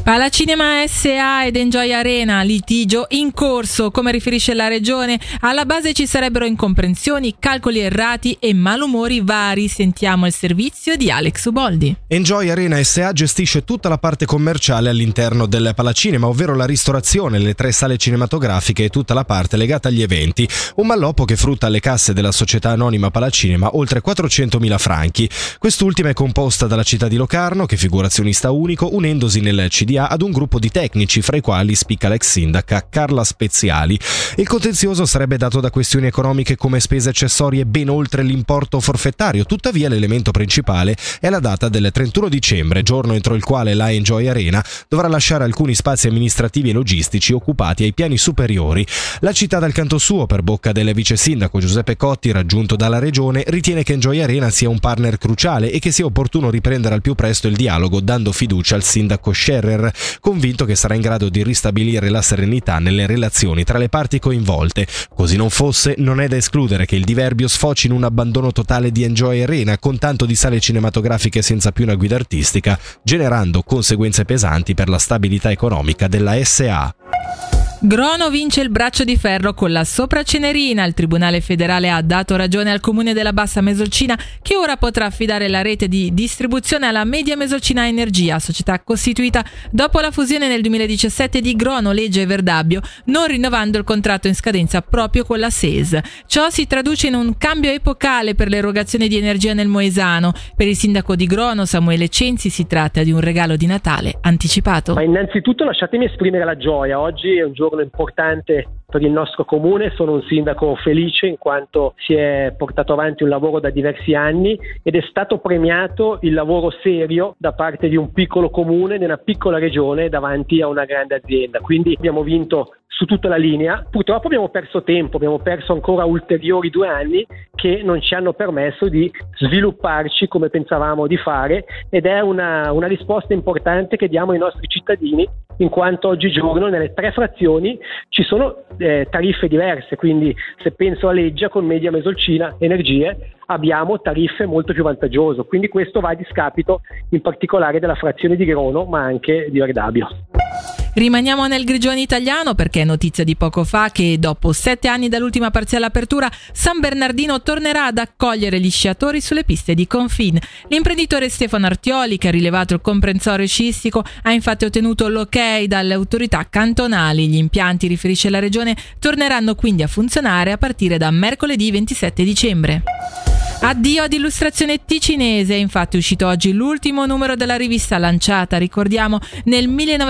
Palacinema SA ed Enjoy Arena, litigio in corso. Come riferisce la Regione, alla base ci sarebbero incomprensioni, calcoli errati e malumori vari. Sentiamo il servizio di Alex Uboldi. Enjoy Arena SA gestisce tutta la parte commerciale all'interno del Palacinema, ovvero la ristorazione, le 3 sale cinematografiche e tutta la parte legata agli eventi. Un malloppo che frutta alle casse della società anonima Palacinema oltre 400.000 franchi. Quest'ultima è composta dalla città di Locarno, che figura azionista unico, unendosi nel CDA ad un gruppo di tecnici, fra i quali spicca l'ex sindaca Carla Speziali. Il contenzioso sarebbe dato da questioni economiche come spese accessorie ben oltre l'importo forfettario. Tuttavia l'elemento principale è la data del 31 dicembre, giorno entro il quale la Enjoy Arena dovrà lasciare alcuni spazi amministrativi e logistici occupati ai piani superiori. La città, dal canto suo, per bocca del vice sindaco Giuseppe Cotti, raggiunto dalla Regione, ritiene che Enjoy Arena sia un partner cruciale e che sia opportuno riprendere al più presto il dialogo, dando fiducia al sindaco Scherrer, convinto che sarà in grado di ristabilire la serenità nelle relazioni tra le parti coinvolte. Così non fosse, non è da escludere che il diverbio sfoci in un abbandono totale di Enjoy Arena, con tanto di sale cinematografiche senza più una guida artistica, generando conseguenze pesanti per la stabilità economica della SA. Grono vince il braccio di ferro con la Sopracenerina. Il Tribunale federale ha dato ragione al comune della Bassa Mesolcina, che ora potrà affidare la rete di distribuzione alla Media Mesolcina Energia, società costituita dopo la fusione nel 2017 di Grono, Leggia e Verdabbio, non rinnovando il contratto in scadenza proprio con la SES. Ciò si traduce in un cambio epocale per l'erogazione di energia nel Moesano. Per il sindaco di Grono, Samuele Censi, si tratta di un regalo di Natale anticipato. Ma innanzitutto lasciatemi esprimere la gioia. Oggi è un giorno importante per il nostro comune. Sono un sindaco felice in quanto si è portato avanti un lavoro da diversi anni ed è stato premiato il lavoro serio da parte di un piccolo comune nella piccola regione davanti a una grande azienda. Quindi abbiamo vinto su tutta la linea. Purtroppo abbiamo perso tempo, abbiamo perso ancora ulteriori 2 anni che non ci hanno permesso di svilupparci come pensavamo di fare, ed è una risposta importante che diamo ai nostri cittadini, in quanto oggigiorno nelle 3 frazioni ci sono tariffe diverse. Quindi se penso a Leggia con Media Mesolcina Energie abbiamo tariffe molto più vantaggiose, quindi questo va a discapito in particolare della frazione di Grono ma anche di Verdabbio. Rimaniamo nel grigione italiano, perché è notizia di poco fa che dopo 7 anni dall'ultima parziale apertura, San Bernardino tornerà ad accogliere gli sciatori sulle piste di Confin. L'imprenditore Stefano Artioli, che ha rilevato il comprensorio sciistico, ha infatti ottenuto l'ok dalle autorità cantonali. Gli impianti, riferisce la Regione, torneranno quindi a funzionare a partire da mercoledì 27 dicembre. Addio ad Illustrazione Ticinese. È infatti uscito oggi l'ultimo numero della rivista, lanciata, ricordiamo, nel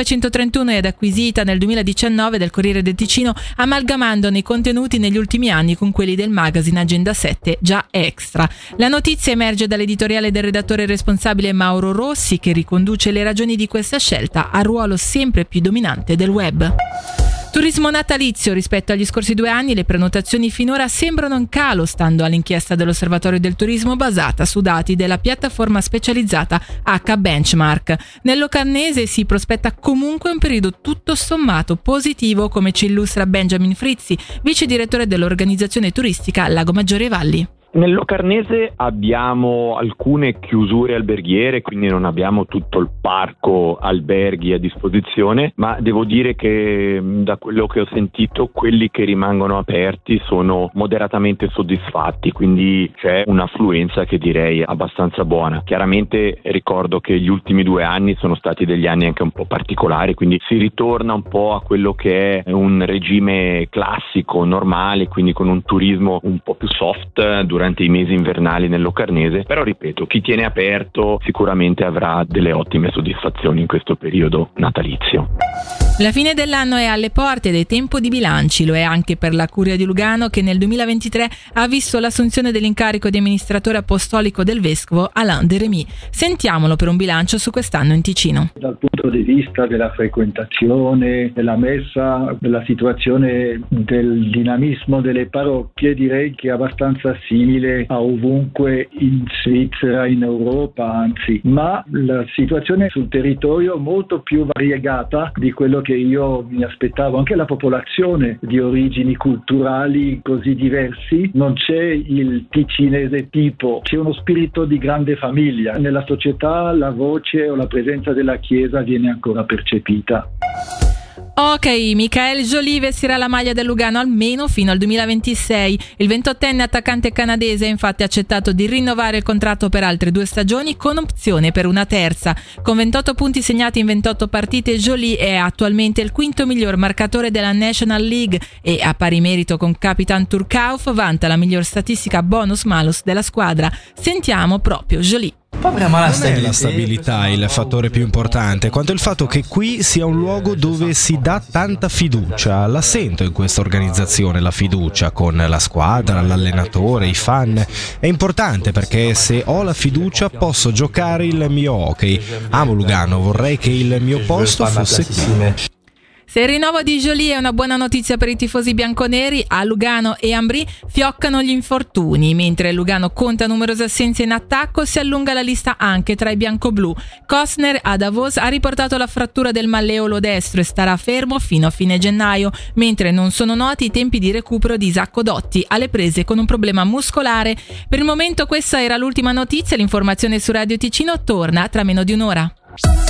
1931 ed acquisita nel 2019 del Corriere del Ticino, amalgamandone i contenuti negli ultimi anni con quelli del magazine Agenda 7, già extra. La notizia emerge dall'editoriale del redattore responsabile Mauro Rossi, che riconduce le ragioni di questa scelta al ruolo sempre più dominante del web. Turismo natalizio. Rispetto agli scorsi 2 anni le prenotazioni finora sembrano in calo, stando all'inchiesta dell'Osservatorio del Turismo basata su dati della piattaforma specializzata H Benchmark. Nel Locarnese si prospetta comunque un periodo tutto sommato positivo, come ci illustra Benjamin Frizzi, vice direttore dell'organizzazione turistica Lago Maggiore Valli. Nel Locarnese abbiamo alcune chiusure alberghiere, quindi non abbiamo tutto il parco alberghi a disposizione, ma devo dire che da quello che ho sentito quelli che rimangono aperti sono moderatamente soddisfatti, quindi c'è un'affluenza che direi abbastanza buona. Chiaramente ricordo che gli ultimi 2 anni sono stati degli anni anche un po' particolari, quindi si ritorna un po' a quello che è un regime classico, normale, quindi con un turismo un po' più soft durante i mesi invernali nel Locarnese, però ripeto, chi tiene aperto sicuramente avrà delle ottime soddisfazioni in questo periodo natalizio. La fine dell'anno è alle porte ed è tempo di bilanci. Lo è anche per la Curia di Lugano, che nel 2023 ha visto l'assunzione dell'incarico di amministratore apostolico del vescovo Alain de Remy. Sentiamolo per un bilancio su quest'anno in Ticino. Dal punto di vista della frequentazione, della messa, della situazione del dinamismo delle parrocchie, direi che è abbastanza simile a ovunque in Svizzera, in Europa anzi, ma la situazione sul territorio è molto più variegata di quello che che io mi aspettavo. Anche la popolazione di origini culturali così diversi, non c'è il ticinese tipo, c'è uno spirito di grande famiglia. Nella società la voce o la presenza della Chiesa viene ancora percepita. Ok, Michael Joly vestirà la maglia del Lugano almeno fino al 2026. Il 28enne attaccante canadese ha infatti accettato di rinnovare il contratto per altre 2 stagioni con opzione per una terza. Con 28 punti segnati in 28 partite, Joly è attualmente il quinto miglior marcatore della National League e, a pari merito con Capitan Turcauf, vanta la miglior statistica bonus-malus della squadra. Sentiamo proprio Joly. Non è la stabilità il fattore più importante, quanto il fatto che qui sia un luogo dove si dà tanta fiducia. La sento in questa organizzazione, la fiducia con la squadra, l'allenatore, i fan. È importante perché se ho la fiducia posso giocare il mio hockey. Amo Lugano, vorrei che il mio posto fosse qui. Se il rinnovo di Joly è una buona notizia per i tifosi bianconeri, a Lugano e Ambry fioccano gli infortuni. Mentre Lugano conta numerose assenze in attacco, si allunga la lista anche tra i biancoblù. Costner a Davos ha riportato la frattura del malleolo destro e starà fermo fino a fine gennaio, mentre non sono noti i tempi di recupero di Isacco Dotti, alle prese con un problema muscolare. Per il momento questa era l'ultima notizia, l'informazione su Radio Ticino torna tra meno di un'ora.